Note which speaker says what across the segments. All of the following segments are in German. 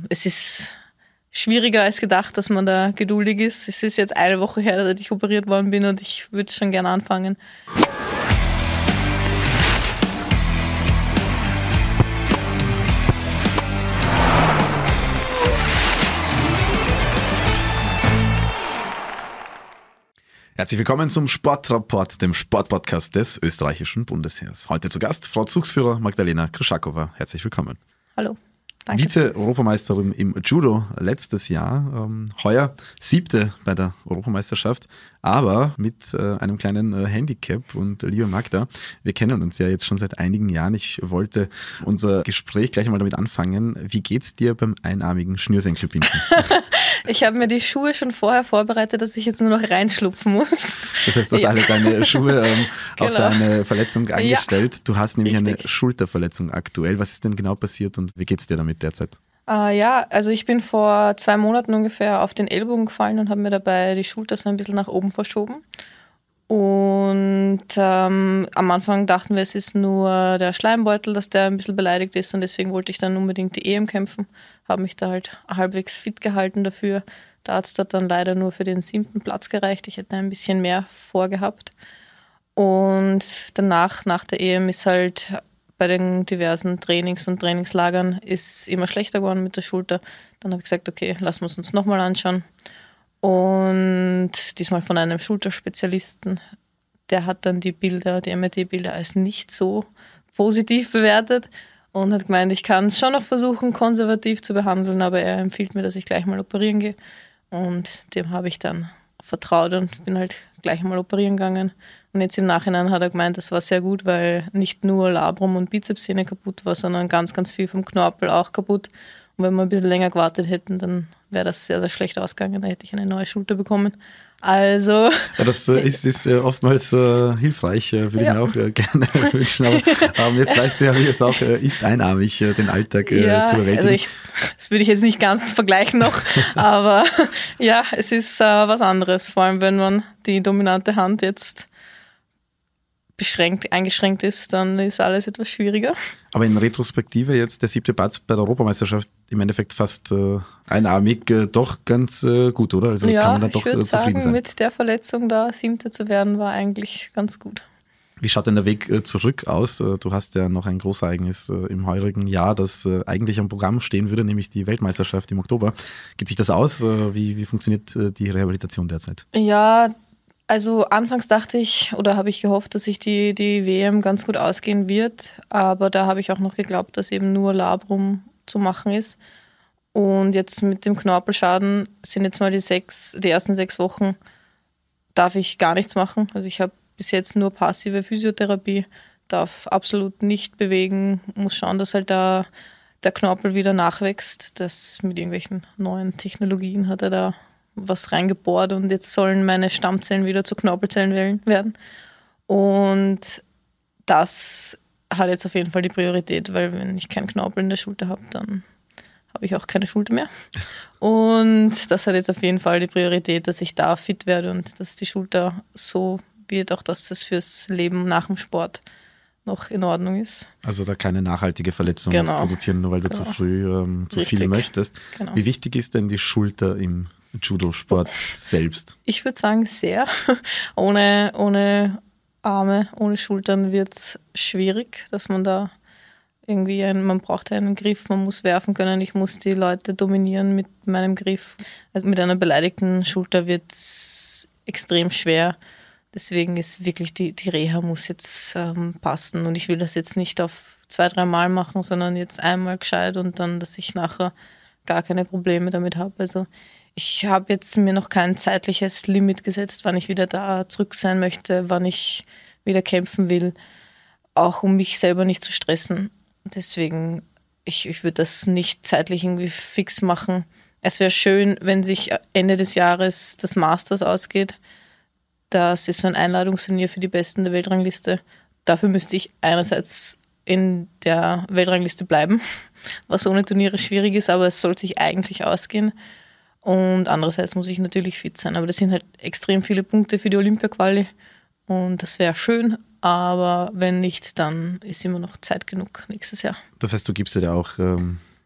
Speaker 1: es ist schwieriger als gedacht, dass man da geduldig ist. Es ist jetzt eine Woche her, dass ich operiert worden bin und ich würde schon gerne anfangen.
Speaker 2: Herzlich willkommen zum Sportrapport, dem Sportpodcast des österreichischen Bundesheers. Heute zu Gast Frau Zugsführer Magdalena Kryschakova. Herzlich willkommen.
Speaker 1: Hallo. Danke.
Speaker 2: Vize-Europameisterin im Judo letztes Jahr, heuer 7. bei der Europameisterschaft, aber mit einem kleinen Handicap. Und liebe Magda, wir kennen uns ja jetzt schon seit einigen Jahren. Ich wollte unser Gespräch gleich einmal damit anfangen. Wie geht's dir beim einarmigen Schnürsenkelbinden?
Speaker 1: Ich habe mir die Schuhe schon vorher vorbereitet, dass ich jetzt nur noch reinschlupfen muss.
Speaker 2: Das heißt, du hast alle deine Schuhe auf deine Verletzung eingestellt. Ja, du hast nämlich eine Schulterverletzung aktuell. Was ist denn genau passiert und wie geht's dir damit derzeit?
Speaker 1: Also ich bin vor 2 Monaten ungefähr auf den Ellbogen gefallen und habe mir dabei die Schulter so ein bisschen nach oben verschoben. Und am Anfang dachten wir, es ist nur der Schleimbeutel, dass der ein bisschen beleidigt ist und deswegen wollte ich dann unbedingt die EM kämpfen. Habe mich da halt halbwegs fit gehalten dafür. Der Arzt hat dann leider nur für den 7. Platz gereicht. Ich hätte ein bisschen mehr vorgehabt. Und danach, nach der EM, ist halt bei den diversen Trainings und Trainingslagern ist immer schlechter geworden mit der Schulter. Dann habe ich gesagt, okay, lassen wir es uns nochmal anschauen. Und diesmal von einem Schulterspezialisten. Der hat dann die MRT-Bilder als nicht so positiv bewertet und hat gemeint, ich kann es schon noch versuchen, konservativ zu behandeln, aber er empfiehlt mir, dass ich gleich mal operieren gehe. Und dem habe ich dann vertraut und bin halt gleich mal operieren gegangen. Und jetzt im Nachhinein hat er gemeint, das war sehr gut, weil nicht nur Labrum und Bizepssehne kaputt war, sondern ganz, ganz viel vom Knorpel auch kaputt. Und wenn wir ein bisschen länger gewartet hätten, dann wäre das sehr, sehr schlecht ausgegangen. Da hätte ich eine neue Schulter bekommen. Also.
Speaker 2: Ja, das ist oftmals hilfreich, würde ich mir auch gerne wünschen. Aber jetzt weißt du ja, wie es auch ist, einarmig den Alltag zu bewältigen.
Speaker 1: Also das würde ich jetzt nicht ganz vergleichen noch, aber ja, es ist was anderes. Vor allem, wenn man die dominante Hand jetzt eingeschränkt ist, dann ist alles etwas schwieriger.
Speaker 2: Aber in Retrospektive jetzt der 7. Platz bei der Europameisterschaft im Endeffekt fast einarmig doch ganz gut, oder? Also
Speaker 1: ja,
Speaker 2: kann man da doch
Speaker 1: ich würde
Speaker 2: zufrieden
Speaker 1: sagen,
Speaker 2: sein.
Speaker 1: mit der Verletzung da 7. zu werden, war eigentlich ganz gut.
Speaker 2: Wie schaut denn der Weg zurück aus? Du hast ja noch ein Großereignis im heurigen Jahr, das eigentlich am Programm stehen würde, nämlich die Weltmeisterschaft im Oktober. Geht sich das aus? Wie funktioniert die Rehabilitation derzeit?
Speaker 1: Ja, also anfangs dachte ich oder habe ich gehofft, dass sich die WM ganz gut ausgehen wird, aber da habe ich auch noch geglaubt, dass eben nur Labrum zu machen ist. Und jetzt mit dem Knorpelschaden sind jetzt mal die ersten 6 Wochen, darf ich gar nichts machen. Also ich habe bis jetzt nur passive Physiotherapie, darf absolut nicht bewegen, muss schauen, dass halt da der Knorpel wieder nachwächst. Das mit irgendwelchen neuen Technologien hat er da was reingebohrt und jetzt sollen meine Stammzellen wieder zu Knorpelzellen werden. Und das hat jetzt auf jeden Fall die Priorität, weil wenn ich keinen Knorpel in der Schulter habe, dann habe ich auch keine Schulter mehr. Und das hat jetzt auf jeden Fall die Priorität, dass ich da fit werde und dass die Schulter so wird, auch dass das fürs Leben nach dem Sport noch in Ordnung ist.
Speaker 2: Also da keine nachhaltige Verletzung produzieren, nur weil du zu früh zu viel möchtest. Genau. Wie wichtig ist denn die Schulter im Judo-Sport selbst? Ich
Speaker 1: würde sagen, sehr. Ohne Arme, ohne Schultern wird es schwierig, dass man da irgendwie, man braucht einen Griff, man muss werfen können, ich muss die Leute dominieren mit meinem Griff. Also mit einer beleidigten Schulter wird es extrem schwer. Deswegen ist wirklich die Reha muss jetzt passen und ich will das jetzt nicht auf 2-3 Mal machen, sondern jetzt einmal gescheit und dann, dass ich nachher gar keine Probleme damit habe. Also ich habe jetzt mir noch kein zeitliches Limit gesetzt, wann ich wieder da zurück sein möchte, wann ich wieder kämpfen will, auch um mich selber nicht zu stressen. Deswegen, ich würde das nicht zeitlich irgendwie fix machen. Es wäre schön, wenn sich Ende des Jahres das Masters ausgeht. Das ist so ein Einladungsturnier für die Besten der Weltrangliste. Dafür müsste ich einerseits in der Weltrangliste bleiben, was ohne Turniere schwierig ist, aber es soll sich eigentlich ausgehen. Und andererseits muss ich natürlich fit sein. Aber das sind halt extrem viele Punkte für die Olympia-Quali. Und das wäre schön, aber wenn nicht, dann ist immer noch Zeit genug nächstes Jahr.
Speaker 2: Das heißt, du gibst dir ja auch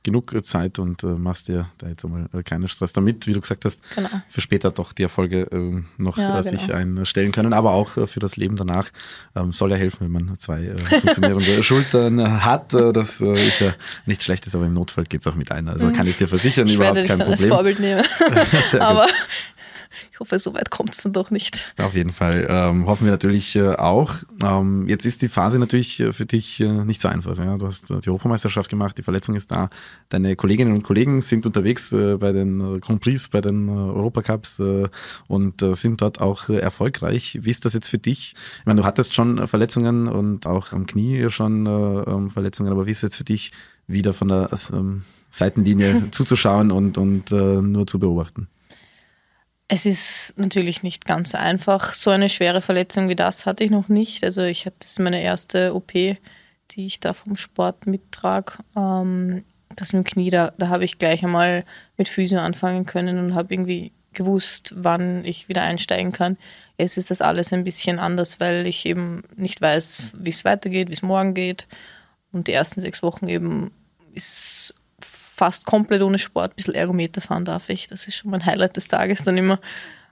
Speaker 2: genug Zeit und machst dir da jetzt einmal keinen Stress damit, wie du gesagt hast,
Speaker 1: Genau.
Speaker 2: für später doch die Erfolge noch sich
Speaker 1: genau.
Speaker 2: einstellen können, aber auch für das Leben danach soll ja helfen, wenn man 2 funktionierende Schultern hat. Das ist ja nichts Schlechtes, aber im Notfall geht es auch mit einer. Also kann ich dir versichern,
Speaker 1: Ich
Speaker 2: überhaupt
Speaker 1: werde dich
Speaker 2: kein
Speaker 1: dann als
Speaker 2: Problem.
Speaker 1: Vorbild nehmen. Aber ich hoffe, so weit kommt es dann doch nicht.
Speaker 2: Auf jeden Fall. Hoffen wir natürlich auch. Jetzt ist die Phase natürlich für dich nicht so einfach. Ja? Du hast die Europameisterschaft gemacht, die Verletzung ist da. Deine Kolleginnen und Kollegen sind unterwegs bei den Grand Prix, bei den Europacups und sind dort auch erfolgreich. Wie ist das jetzt für dich? Ich meine, du hattest schon Verletzungen und auch am Knie schon Verletzungen, aber wie ist es jetzt für dich, wieder von der Seitenlinie zuzuschauen und nur zu beobachten?
Speaker 1: Es ist natürlich nicht ganz so einfach. So eine schwere Verletzung wie das hatte ich noch nicht. Also das ist meine erste OP, die ich da vom Sport mittrage. Das mit dem Knie, da habe ich gleich einmal mit Physio anfangen können und habe irgendwie gewusst, wann ich wieder einsteigen kann. Jetzt ist das alles ein bisschen anders, weil ich eben nicht weiß, wie es weitergeht, wie es morgen geht. Und die ersten 6 Wochen eben ist fast komplett ohne Sport, ein bisschen Ergometer fahren darf ich. Das ist schon mein Highlight des Tages dann immer.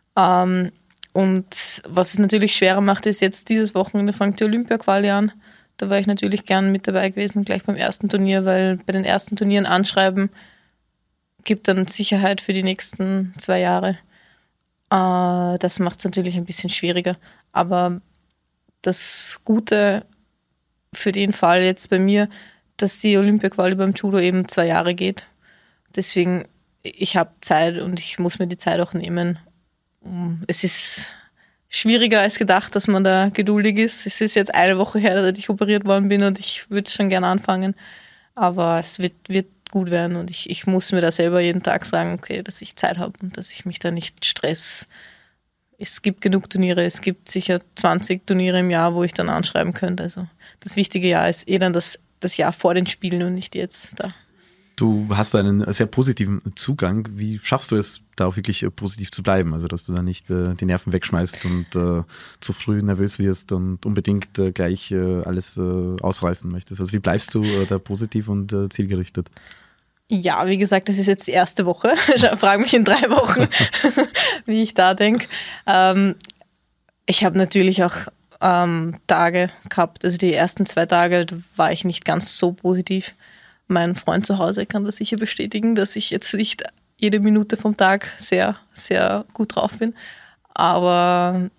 Speaker 1: Und was es natürlich schwerer macht, ist jetzt dieses Wochenende fängt die Olympia-Quali an. Da war ich natürlich gern mit dabei gewesen, gleich beim ersten Turnier, weil bei den ersten Turnieren anschreiben gibt dann Sicherheit für die nächsten 2 Jahre. Das macht es natürlich ein bisschen schwieriger. Aber das Gute für den Fall jetzt bei mir, dass die Olympia-Quali beim Judo eben 2 Jahre geht. Deswegen, ich habe Zeit und ich muss mir die Zeit auch nehmen. Es ist schwieriger als gedacht, dass man da geduldig ist. Es ist jetzt 1 Woche her, dass ich operiert worden bin und ich würde schon gerne anfangen. Aber es wird gut werden und ich muss mir da selber jeden Tag sagen, okay, dass ich Zeit habe und dass ich mich da nicht stress. Es gibt genug Turniere, es gibt sicher 20 Turniere im Jahr, wo ich dann anschreiben könnte. Also das wichtige Jahr ist dann das Jahr vor den Spielen und nicht jetzt da.
Speaker 2: Du hast einen sehr positiven Zugang. Wie schaffst du es, da auch wirklich positiv zu bleiben? Also, dass du da nicht die Nerven wegschmeißt und zu früh nervös wirst und unbedingt gleich alles ausreißen möchtest. Also, wie bleibst du da positiv und zielgerichtet?
Speaker 1: Ja, wie gesagt, das ist jetzt die erste Woche. Frag mich in 3 Wochen, wie ich da denke. Ich habe natürlich auch Tage gehabt, also die ersten 2 Tage war ich nicht ganz so positiv. Mein Freund zu Hause kann das sicher bestätigen, dass ich jetzt nicht jede Minute vom Tag sehr, sehr gut drauf bin. Aber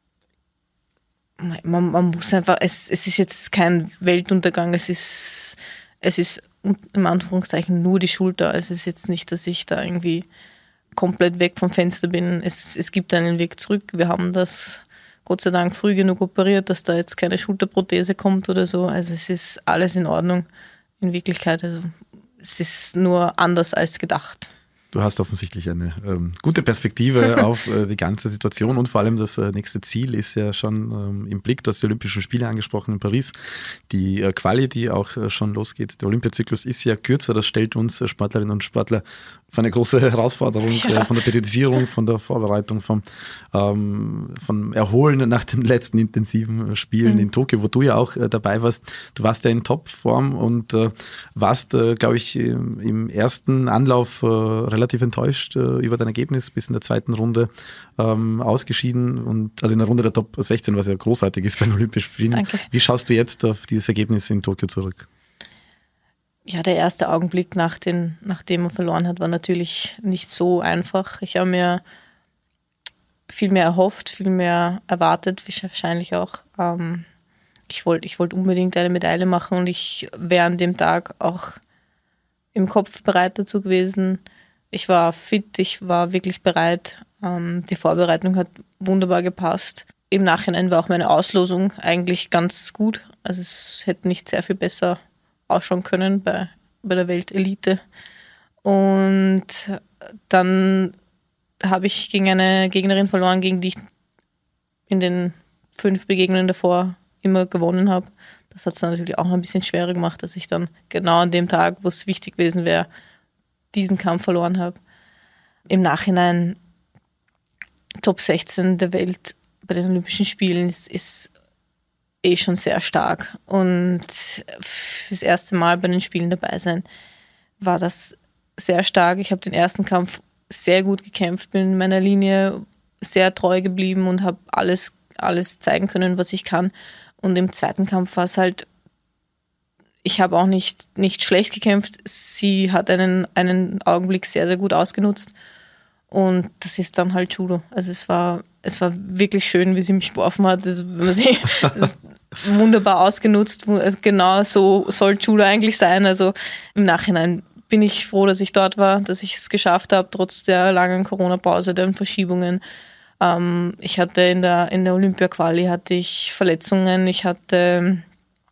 Speaker 1: man muss einfach, es ist jetzt kein Weltuntergang, es ist im Anführungszeichen nur die Schulter. Es ist jetzt nicht, dass ich da irgendwie komplett weg vom Fenster bin. Es gibt einen Weg zurück. Wir haben das Gott sei Dank früh genug operiert, dass da jetzt keine Schulterprothese kommt oder so. Also es ist alles in Ordnung in Wirklichkeit. Also es ist nur anders als gedacht.
Speaker 2: Du hast offensichtlich eine gute Perspektive auf die ganze Situation und vor allem das nächste Ziel ist ja schon im Blick. Du hast die Olympischen Spiele angesprochen in Paris. Die Quali, die auch schon losgeht, der Olympiazyklus ist ja kürzer. Das stellt uns Sportlerinnen und Sportler vor eine große Herausforderung von der Periodisierung, von der Vorbereitung, vom Erholen nach den letzten intensiven Spielen in Tokio, wo du ja auch dabei warst. Du warst ja in Topform und warst, glaube ich, im ersten Anlauf relativ enttäuscht über dein Ergebnis, bis in der 2. Runde ausgeschieden und also in der Runde der Top 16, was ja großartig ist bei den Olympischen Spielen.
Speaker 1: Danke.
Speaker 2: Wie schaust du jetzt auf dieses Ergebnis in Tokio zurück?
Speaker 1: Ja, der erste Augenblick, nachdem man verloren hat, war natürlich nicht so einfach. Ich habe mir viel mehr erhofft, viel mehr erwartet, wahrscheinlich auch. Ich wollte unbedingt eine Medaille machen und ich wäre an dem Tag auch im Kopf bereit dazu gewesen. Ich war fit, ich war wirklich bereit. Die Vorbereitung hat wunderbar gepasst. Im Nachhinein war auch meine Auslosung eigentlich ganz gut. Also es hätte nicht sehr viel besser ausschauen können bei der Weltelite. Und dann habe ich gegen eine Gegnerin verloren, gegen die ich in den 5 Begegnungen davor immer gewonnen habe. Das hat es dann natürlich auch noch ein bisschen schwerer gemacht, dass ich dann genau an dem Tag, wo es wichtig gewesen wäre, diesen Kampf verloren habe. Im Nachhinein Top 16 der Welt bei den Olympischen Spielen ist schon sehr stark. Und fürs erste Mal bei den Spielen dabei sein, war das sehr stark. Ich habe den ersten Kampf sehr gut gekämpft, bin in meiner Linie sehr treu geblieben und habe alles zeigen können, was ich kann. Und im zweiten Kampf war es halt, ich habe auch nicht schlecht gekämpft. Sie hat einen Augenblick sehr, sehr gut ausgenutzt. Und das ist dann halt Judo. Also es war wirklich schön, wie sie mich geworfen hat. Das ist wunderbar ausgenutzt. Also genau so soll Judo eigentlich sein. Also im Nachhinein bin ich froh, dass ich dort war, dass ich es geschafft habe, trotz der langen Corona-Pause, den Verschiebungen. Ich hatte in der Olympia-Quali hatte ich Verletzungen. Ich hatte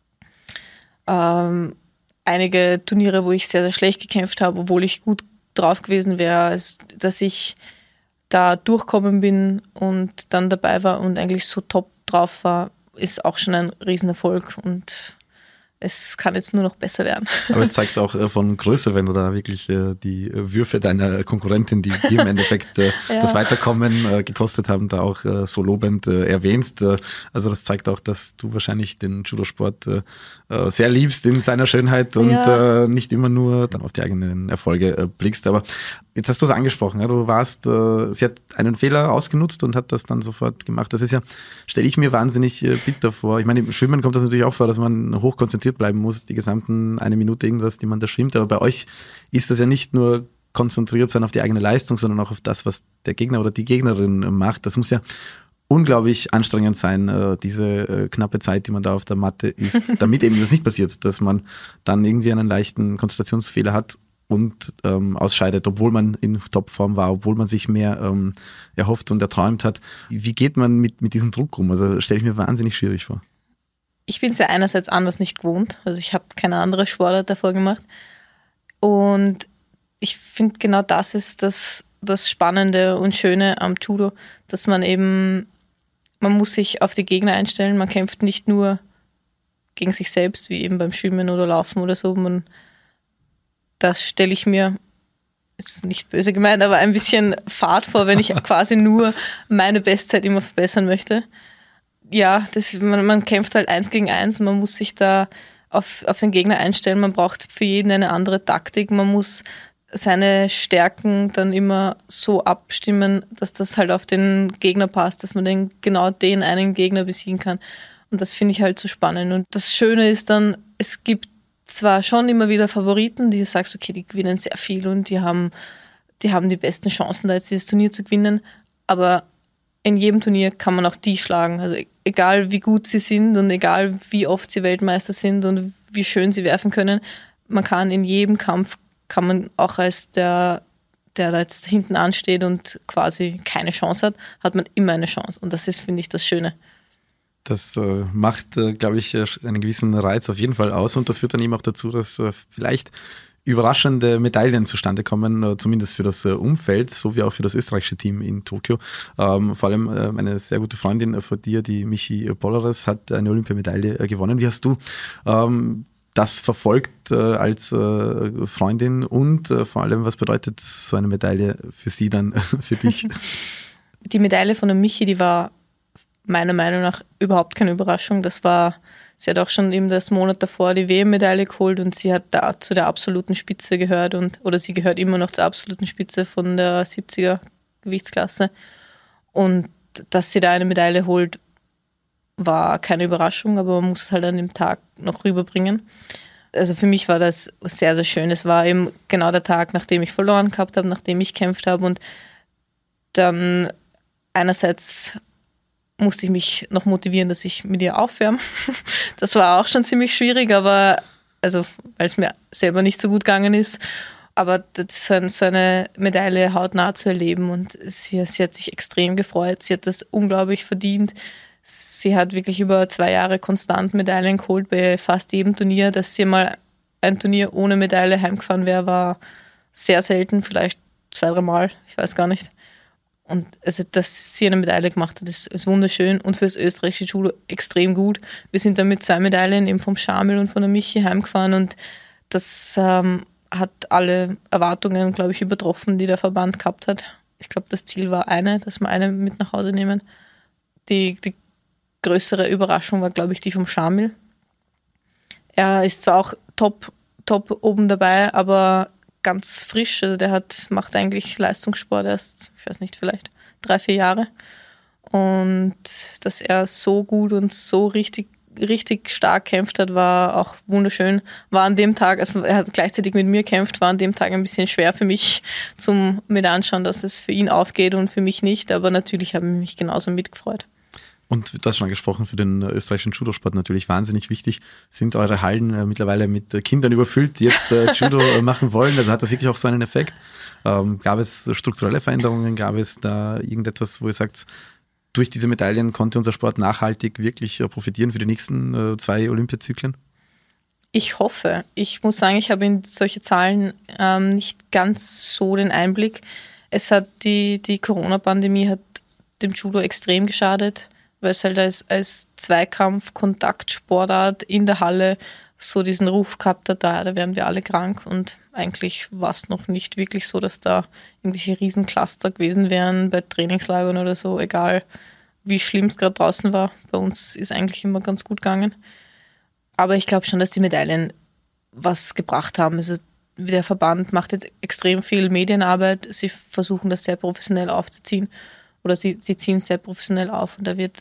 Speaker 1: einige Turniere, wo ich sehr, sehr schlecht gekämpft habe, obwohl ich gut drauf gewesen wäre, also, dass ich da durchkommen bin und dann dabei war und eigentlich so top drauf war, ist auch schon ein Riesenerfolg und es kann jetzt nur noch besser werden.
Speaker 2: Aber es zeigt auch von Größe, wenn du da wirklich die Würfe deiner Konkurrentin, die im Endeffekt das Weiterkommen gekostet haben, da auch so lobend erwähnst. Also das zeigt auch, dass du wahrscheinlich den Judosport sehr liebst in seiner Schönheit und nicht immer nur dann auf die eigenen Erfolge blickst. Aber jetzt hast du es angesprochen, ja? Du warst, sie hat einen Fehler ausgenutzt und hat das dann sofort gemacht. Das ist ja, stelle ich mir wahnsinnig bitter vor. Ich meine, im Schwimmen kommt das natürlich auch vor, dass man hochkonzentriert bleiben muss, die gesamten 1 Minute irgendwas, die man da schwimmt. Aber bei euch ist das ja nicht nur konzentriert sein auf die eigene Leistung, sondern auch auf das, was der Gegner oder die Gegnerin macht. Das muss ja unglaublich anstrengend sein, diese knappe Zeit, die man da auf der Matte ist, damit eben das nicht passiert, dass man dann irgendwie einen leichten Konzentrationsfehler hat und ausscheidet, obwohl man in Topform war, obwohl man sich mehr erhofft und erträumt hat. Wie geht man mit diesem Druck rum? Also stelle ich mir wahnsinnig schwierig vor.
Speaker 1: Ich bin es ja einerseits anders nicht gewohnt. Also ich habe keine andere Sportart davor gemacht. Und ich finde, genau das ist das Spannende und Schöne am Judo, dass man muss sich auf die Gegner einstellen. Man kämpft nicht nur gegen sich selbst, wie eben beim Schwimmen oder Laufen oder so. Das stelle ich mir, ist nicht böse gemeint, aber ein bisschen fad vor, wenn ich quasi nur meine Bestzeit immer verbessern möchte. Ja, man kämpft halt 1 gegen 1, man muss sich da auf den Gegner einstellen, man braucht für jeden eine andere Taktik, man muss seine Stärken dann immer so abstimmen, dass das halt auf den Gegner passt, dass man genau den einen Gegner besiegen kann. Und das finde ich halt so spannend. Und das Schöne ist dann, es gibt zwar schon immer wieder Favoriten, die du sagst, okay, die gewinnen sehr viel und die haben die besten Chancen, da jetzt dieses Turnier zu gewinnen, aber in jedem Turnier kann man auch die schlagen. Also egal wie gut sie sind und egal wie oft sie Weltmeister sind und wie schön sie werfen können, man kann in jedem Kampf, kann man auch als der da jetzt hinten ansteht und quasi keine Chance hat man immer eine Chance. Und das ist, finde ich, das Schöne.
Speaker 2: Das macht, glaube ich, einen gewissen Reiz auf jeden Fall aus und das führt dann eben auch dazu, dass vielleicht überraschende Medaillen zustande kommen, zumindest für das Umfeld, so wie auch für das österreichische Team in Tokio. Vor allem eine sehr gute Freundin von dir, die Michi Polleres, hat eine Olympiamedaille gewonnen. Wie hast du das verfolgt als Freundin und vor allem, was bedeutet so eine Medaille für sie dann, für dich?
Speaker 1: Die Medaille von der Michi, die war meiner Meinung nach überhaupt keine Überraschung. Sie hat auch schon eben das Monat davor die WM-Medaille geholt und sie hat da zu der absoluten Spitze gehört oder sie gehört immer noch zur absoluten Spitze von der 70er Gewichtsklasse. Und dass sie da eine Medaille holt, war keine Überraschung, aber man muss es halt an dem Tag noch rüberbringen. Also für mich war das sehr, sehr schön. Es war eben genau der Tag, nachdem ich verloren gehabt habe, nachdem ich gekämpft habe und dann einerseits musste ich mich noch motivieren, dass ich mit ihr aufwärme. Das war auch schon ziemlich schwierig, aber weil es mir selber nicht so gut gegangen ist. Aber das so eine Medaille hautnah zu erleben und sie hat sich extrem gefreut. Sie hat das unglaublich verdient. Sie hat wirklich über 2 Jahre konstant Medaillen geholt bei fast jedem Turnier. Dass sie mal ein Turnier ohne Medaille heimgefahren wäre, war sehr selten, vielleicht 2-3 Mal, ich weiß gar nicht. Und also, dass sie eine Medaille gemacht hat, ist wunderschön und für das österreichische Judo extrem gut. Wir sind dann mit 2 Medaillen eben vom Schamil und von der Michi heimgefahren und das hat alle Erwartungen, glaube ich, übertroffen, die der Verband gehabt hat. Ich glaube, das Ziel war dass wir eine mit nach Hause nehmen. Die größere Überraschung war, glaube ich, die vom Schamil. Er ist zwar auch top oben dabei, aber ganz frisch. Also der macht eigentlich Leistungssport erst, ich weiß nicht, vielleicht 3-4 Jahre. Und dass er so gut und so richtig stark kämpft hat, war auch wunderschön. War an dem Tag, also er hat gleichzeitig mit mir gekämpft, war an dem Tag ein bisschen schwer für mich zum mit anschauen, dass es für ihn aufgeht und für mich nicht. Aber natürlich habe ich mich genauso mitgefreut.
Speaker 2: Und du hast schon angesprochen, für den österreichischen Judosport natürlich wahnsinnig wichtig. Sind eure Hallen mittlerweile mit Kindern überfüllt, die jetzt Judo machen wollen? Also hat das wirklich auch so einen Effekt? Gab es strukturelle Veränderungen? Gab es da irgendetwas, wo ihr sagt, durch diese Medaillen konnte unser Sport nachhaltig wirklich profitieren für die nächsten 2 Olympiazyklen?
Speaker 1: Ich hoffe. Ich muss sagen, ich habe in solche Zahlen nicht ganz so den Einblick. Es hat die Corona-Pandemie hat dem Judo extrem geschadet, weil es halt als Zweikampf-Kontaktsportart in der Halle so diesen Ruf gehabt hat, da werden wir alle krank, und eigentlich war es noch nicht wirklich so, dass da irgendwelche Riesencluster gewesen wären bei Trainingslagern oder so, egal wie schlimm es gerade draußen war. Bei uns ist eigentlich immer ganz gut gegangen. Aber ich glaube schon, dass die Medaillen was gebracht haben. Also der Verband macht jetzt extrem viel Medienarbeit. Sie versuchen das sehr professionell aufzuziehen, oder sie ziehen es sehr professionell auf, und da wird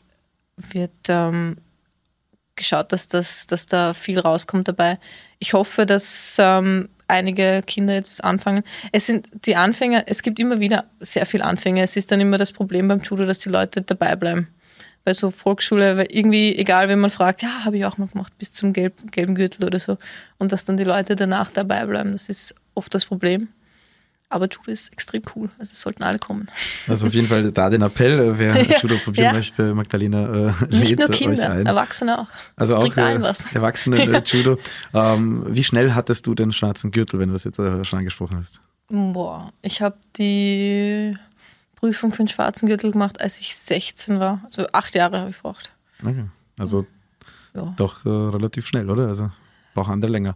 Speaker 1: geschaut, dass da viel rauskommt dabei. Ich hoffe, dass einige Kinder jetzt anfangen. Es sind die Anfänger, es gibt immer wieder sehr viele Anfänger. Es ist dann immer das Problem beim Judo, dass die Leute dabei bleiben. Bei so Volksschule, weil irgendwie, egal, wenn man fragt, ja, habe ich auch mal gemacht, bis zum gelben Gürtel oder so. Und dass dann die Leute danach dabei bleiben, das ist oft das Problem. Aber Judo ist extrem cool, also es sollten alle kommen.
Speaker 2: Also auf jeden Fall da den Appell, wer Judo probieren möchte, Magdalena
Speaker 1: nicht nur
Speaker 2: lädt
Speaker 1: Kinder,
Speaker 2: euch ein.
Speaker 1: Erwachsene auch.
Speaker 2: Also
Speaker 1: das
Speaker 2: auch Erwachsene Judo. Wie schnell hattest du den schwarzen Gürtel, wenn du das jetzt schon angesprochen hast?
Speaker 1: Ich habe die Prüfung für den schwarzen Gürtel gemacht, als ich 16 war. Also 8 Jahre habe ich gebraucht.
Speaker 2: Okay. Also doch relativ schnell, oder? Also brauchen andere länger.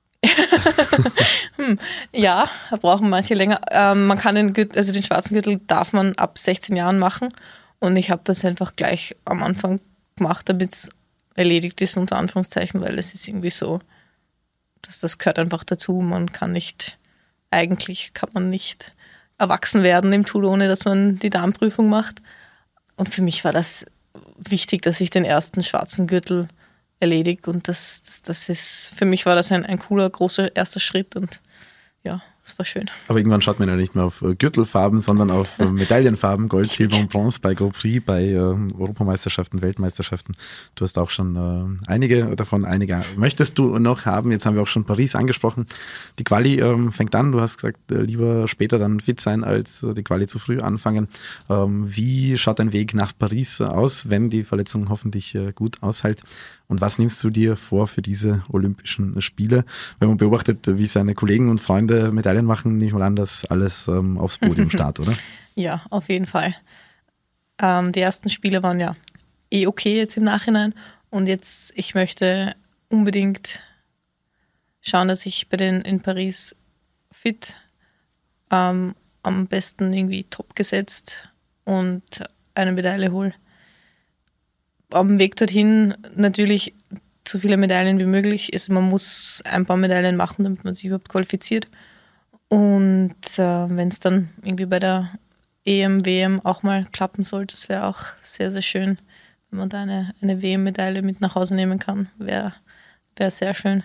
Speaker 1: Ja, da brauchen manche länger. Man kann den schwarzen Gürtel darf man ab 16 Jahren machen, und ich habe das einfach gleich am Anfang gemacht, damit es erledigt ist, unter Anführungszeichen, weil es ist irgendwie so, dass das gehört einfach dazu. Eigentlich kann man nicht erwachsen werden im Judo, ohne dass man die Darmprüfung macht. Und für mich war das wichtig, dass ich den ersten schwarzen Gürtel erledigt, und das ist, für mich war das ein cooler, großer erster Schritt, und ja, es war schön.
Speaker 2: Aber irgendwann schaut man ja nicht mehr auf Gürtelfarben, sondern auf Medaillenfarben, Gold, Silber und Bronze bei Grand Prix, bei Europameisterschaften, Weltmeisterschaften. Du hast auch schon einige davon. Möchtest du noch haben? Jetzt haben wir auch schon Paris angesprochen. Die Quali fängt an. Du hast gesagt, lieber später dann fit sein, als die Quali zu früh anfangen. Wie schaut dein Weg nach Paris aus, wenn die Verletzung hoffentlich gut aushält? Und was nimmst du dir vor für diese Olympischen Spiele? Wenn man beobachtet, wie seine Kollegen und Freunde Medaillen machen, nehme ich mal an, dass alles aufs Podium startet, oder?
Speaker 1: Ja, auf jeden Fall. Die ersten Spiele waren ja okay jetzt im Nachhinein. Und jetzt, ich möchte unbedingt schauen, dass ich in Paris fit, am besten irgendwie top gesetzt und eine Medaille hole. Am Weg dorthin natürlich so viele Medaillen wie möglich. Also man muss ein paar Medaillen machen, damit man sich überhaupt qualifiziert. Und wenn es dann irgendwie bei der EM, WM auch mal klappen sollte, das wäre auch sehr, sehr schön, wenn man da eine WM-Medaille mit nach Hause nehmen kann. Wäre sehr schön.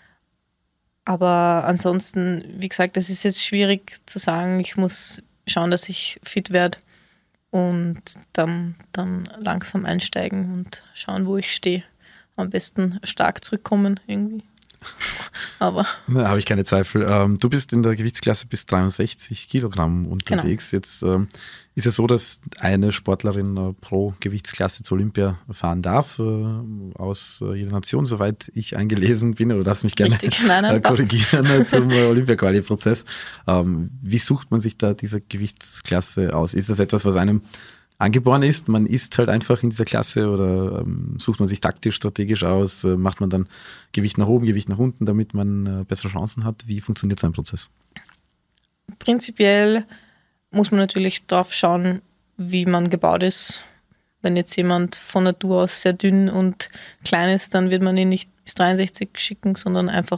Speaker 1: Aber ansonsten, wie gesagt, es ist jetzt schwierig zu sagen. Ich muss schauen, dass ich fit werde. Und dann langsam einsteigen und schauen, wo ich stehe. Am besten stark zurückkommen irgendwie. Aber
Speaker 2: da habe ich keine Zweifel. Du bist in der Gewichtsklasse bis 63 Kilogramm unterwegs. Genau. Jetzt ist es so, dass eine Sportlerin pro Gewichtsklasse zur Olympia fahren darf, aus jeder Nation, soweit ich eingelesen bin. Oder darfst mich gerne korrigieren zum Olympia-Quali-Prozess. Wie sucht man sich da diese Gewichtsklasse aus? Ist das etwas, was einem angeboren ist? Man ist halt einfach in dieser Klasse, oder sucht man sich taktisch, strategisch aus? Macht man dann Gewicht nach oben, Gewicht nach unten, damit man bessere Chancen hat? Wie funktioniert so ein Prozess?
Speaker 1: Prinzipiell muss man natürlich drauf schauen, wie man gebaut ist. Wenn jetzt jemand von Natur aus sehr dünn und klein ist, dann wird man ihn nicht bis 63 schicken, sondern einfach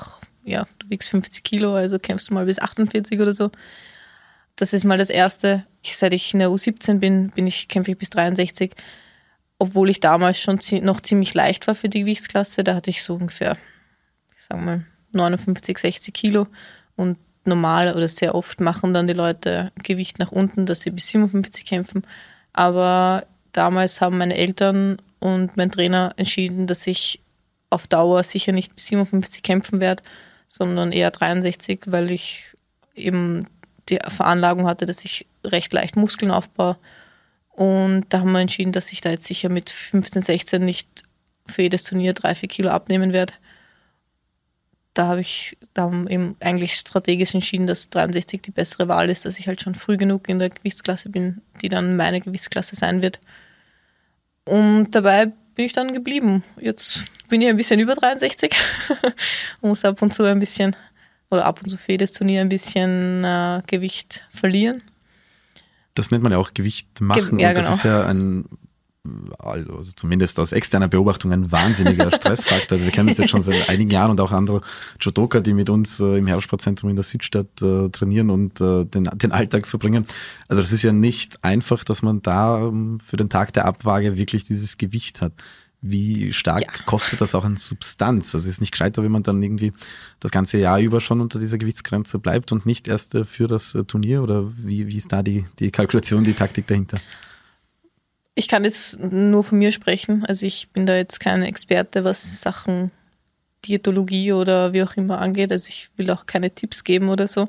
Speaker 1: ja, du wiegst 50 Kilo, also kämpfst du mal bis 48 oder so. Das ist mal das Erste. Seit ich in der U17 kämpfe ich bis 63. Obwohl ich damals schon noch ziemlich leicht war für die Gewichtsklasse. Da hatte ich so ungefähr, ich sag mal, 59, 60 Kilo. Und normal oder sehr oft machen dann die Leute Gewicht nach unten, dass sie bis 57 kämpfen. Aber damals haben meine Eltern und mein Trainer entschieden, dass ich auf Dauer sicher nicht bis 57 kämpfen werde, sondern eher 63, weil ich eben die Veranlagung hatte, dass ich recht leicht Muskeln aufbaue. Und da haben wir entschieden, dass ich da jetzt sicher mit 15, 16 nicht für jedes Turnier 3-4 Kilo abnehmen werde. Da haben wir eben eigentlich strategisch entschieden, dass 63 die bessere Wahl ist, dass ich halt schon früh genug in der Gewichtsklasse bin, die dann meine Gewichtsklasse sein wird. Und dabei bin ich dann geblieben. Jetzt bin ich ein bisschen über 63, muss ab und zu für jedes Turnier ein bisschen Gewicht verlieren.
Speaker 2: Das nennt man ja auch Gewicht machen.
Speaker 1: Ja,
Speaker 2: und das
Speaker 1: genau.
Speaker 2: ist ja also zumindest aus externer Beobachtung ein wahnsinniger Stressfaktor. Also wir kennen uns jetzt schon seit einigen Jahren und auch andere Judoka, die mit uns im Herbstsportzentrum in der Südstadt trainieren und den Alltag verbringen. Also das ist ja nicht einfach, dass man da für den Tag der Abwaage wirklich dieses Gewicht hat. Wie stark kostet das auch an Substanz? Also ist es nicht gescheiter, wenn man dann irgendwie das ganze Jahr über schon unter dieser Gewichtsgrenze bleibt und nicht erst für das Turnier? Oder wie ist da die Kalkulation, die Taktik dahinter?
Speaker 1: Ich kann jetzt nur von mir sprechen. Also ich bin da jetzt kein Experte, was Sachen Diätologie oder wie auch immer angeht. Also ich will auch keine Tipps geben oder so.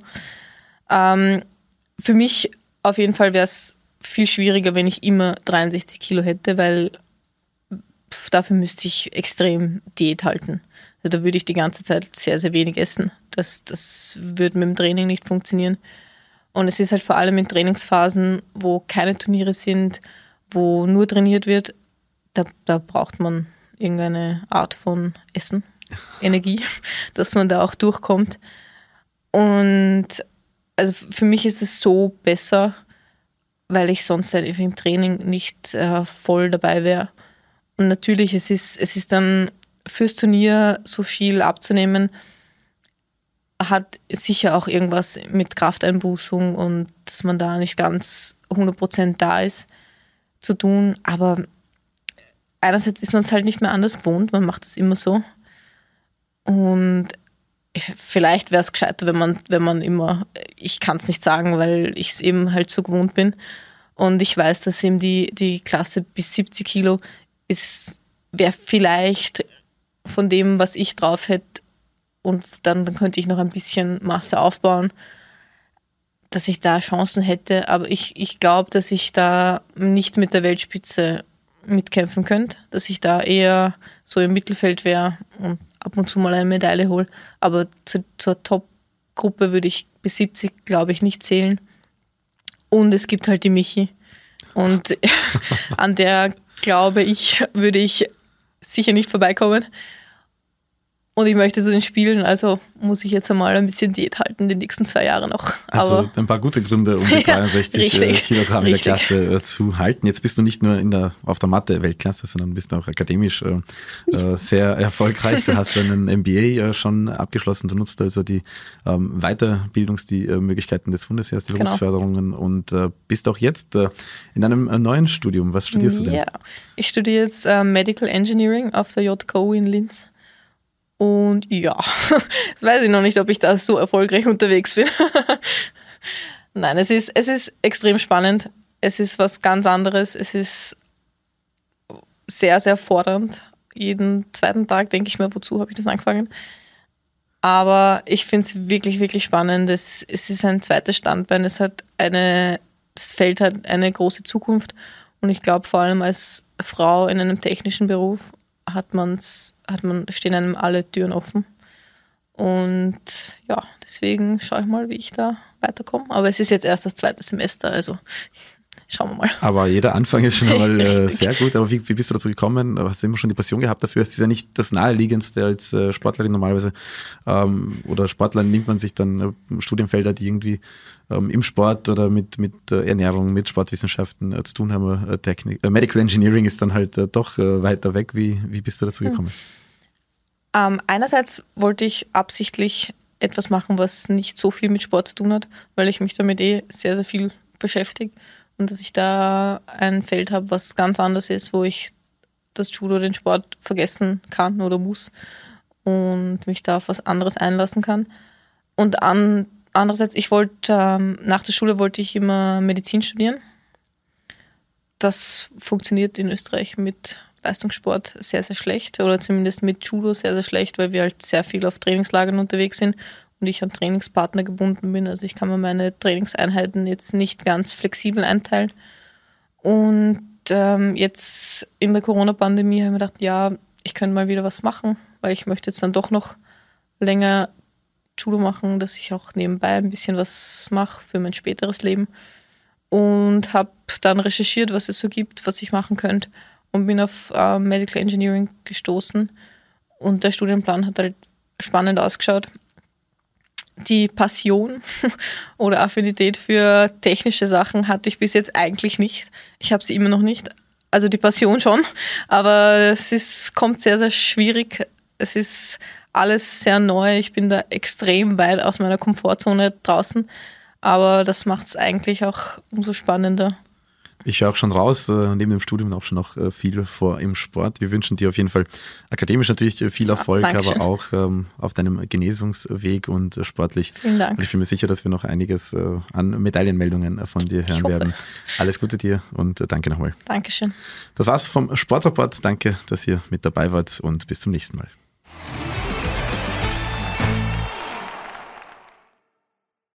Speaker 1: Für mich auf jeden Fall wäre es viel schwieriger, wenn ich immer 63 Kilo hätte, weil dafür müsste ich extrem Diät halten. Also da würde ich die ganze Zeit sehr, sehr wenig essen. Das würde mit dem Training nicht funktionieren. Und es ist halt vor allem in Trainingsphasen, wo keine Turniere sind, wo nur trainiert wird, da braucht man irgendeine Art von Essen, Energie, dass man da auch durchkommt. Und also für mich ist es so besser, weil ich sonst halt im Training nicht voll dabei wäre. Und natürlich, es ist dann fürs Turnier so viel abzunehmen, hat sicher auch irgendwas mit Krafteinbußung und dass man da nicht ganz 100% da ist, zu tun. Aber einerseits ist man es halt nicht mehr anders gewohnt, man macht es immer so. Und vielleicht wäre es gescheiter, wenn man immer, ich kann es nicht sagen, weil ich es eben halt so gewohnt bin. Und ich weiß, dass eben die Klasse bis 70 Kilo wäre vielleicht von dem, was ich drauf hätte, und dann könnte ich noch ein bisschen Masse aufbauen, dass ich da Chancen hätte. Aber ich glaube, dass ich da nicht mit der Weltspitze mitkämpfen könnte, dass ich da eher so im Mittelfeld wäre und ab und zu mal eine Medaille hole. Aber zur Top-Gruppe würde ich bis 70, glaube ich, nicht zählen. Und es gibt halt die Michi. Und an der, glaube ich, würde ich sicher nicht vorbeikommen. Und ich möchte zu den Spielen, also muss ich jetzt einmal ein bisschen Diät halten, die nächsten 2 Jahre noch.
Speaker 2: Also
Speaker 1: aber
Speaker 2: ein paar gute Gründe, um die 63 Kilogramm in der Klasse zu halten. Jetzt bist du nicht nur auf der Mathe-Weltklasse, sondern bist auch akademisch sehr erfolgreich. Du hast einen MBA schon abgeschlossen. Du nutzt also die Weiterbildungsmöglichkeiten des Bundesheers, die Berufsförderungen und bist auch jetzt in einem neuen Studium. Was studierst du denn?
Speaker 1: Ja, ich studiere jetzt Medical Engineering auf der JKU in Linz. Und ja, jetzt weiß ich noch nicht, ob ich da so erfolgreich unterwegs bin. Nein, es ist extrem spannend. Es ist was ganz anderes. Es ist sehr, sehr fordernd. Jeden zweiten Tag denke ich mir, wozu habe ich das angefangen? Aber ich finde es wirklich, wirklich spannend. Es ist ein zweites Standbein. Das Feld hat eine große Zukunft. Und ich glaube, vor allem als Frau in einem technischen Beruf stehen einem alle Türen offen. Und ja, deswegen schaue ich mal, wie ich da weiterkomme. Aber es ist jetzt erst das 2. Semester, also schauen wir mal. Aber
Speaker 2: jeder Anfang ist schon einmal sehr gut. Aber wie bist du dazu gekommen? Hast du immer schon die Passion gehabt dafür? Es ist ja nicht das Naheliegendste als Sportlerin normalerweise. Oder Sportler nimmt man sich dann Studienfelder, die irgendwie im Sport oder mit Ernährung, mit Sportwissenschaften zu tun haben. Medical Engineering ist dann halt doch weiter weg. Wie bist du dazu gekommen?
Speaker 1: Einerseits wollte ich absichtlich etwas machen, was nicht so viel mit Sport zu tun hat, weil ich mich damit sehr, sehr viel beschäftige und dass ich da ein Feld habe, was ganz anders ist, wo ich das Judo, den Sport vergessen kann oder muss und mich da auf was anderes einlassen kann. Und andererseits, nach der Schule wollte ich immer Medizin studieren. Das funktioniert in Österreich mit Leistungssport sehr, sehr schlecht oder zumindest mit Judo sehr, sehr schlecht, weil wir halt sehr viel auf Trainingslagern unterwegs sind und ich an Trainingspartner gebunden bin. Also ich kann mir meine Trainingseinheiten jetzt nicht ganz flexibel einteilen. Und jetzt in der Corona-Pandemie habe ich mir gedacht, ja, ich könnte mal wieder was machen, weil ich möchte jetzt dann doch noch länger Judo machen, dass ich auch nebenbei ein bisschen was mache für mein späteres Leben. Und habe dann recherchiert, was es so gibt, was ich machen könnte und bin auf Medical Engineering gestoßen und der Studienplan hat halt spannend ausgeschaut. Die Passion oder Affinität für technische Sachen hatte ich bis jetzt eigentlich nicht. Ich habe sie immer noch nicht. Also die Passion schon, aber kommt sehr, sehr schwierig. Es ist alles sehr neu. Ich bin da extrem weit aus meiner Komfortzone draußen, aber das macht es eigentlich auch umso spannender.
Speaker 2: Ich höre auch schon raus, neben dem Studium auch schon noch viel vor im Sport. Wir wünschen dir auf jeden Fall akademisch natürlich viel Erfolg, aber auch auf deinem Genesungsweg und sportlich.
Speaker 1: Vielen Dank.
Speaker 2: Und ich bin mir sicher, dass wir noch einiges an Medaillenmeldungen von dir hören werden. Alles Gute dir und danke nochmal.
Speaker 1: Dankeschön.
Speaker 2: Das war's vom Sportreport. Danke, dass ihr mit dabei wart und bis zum nächsten Mal.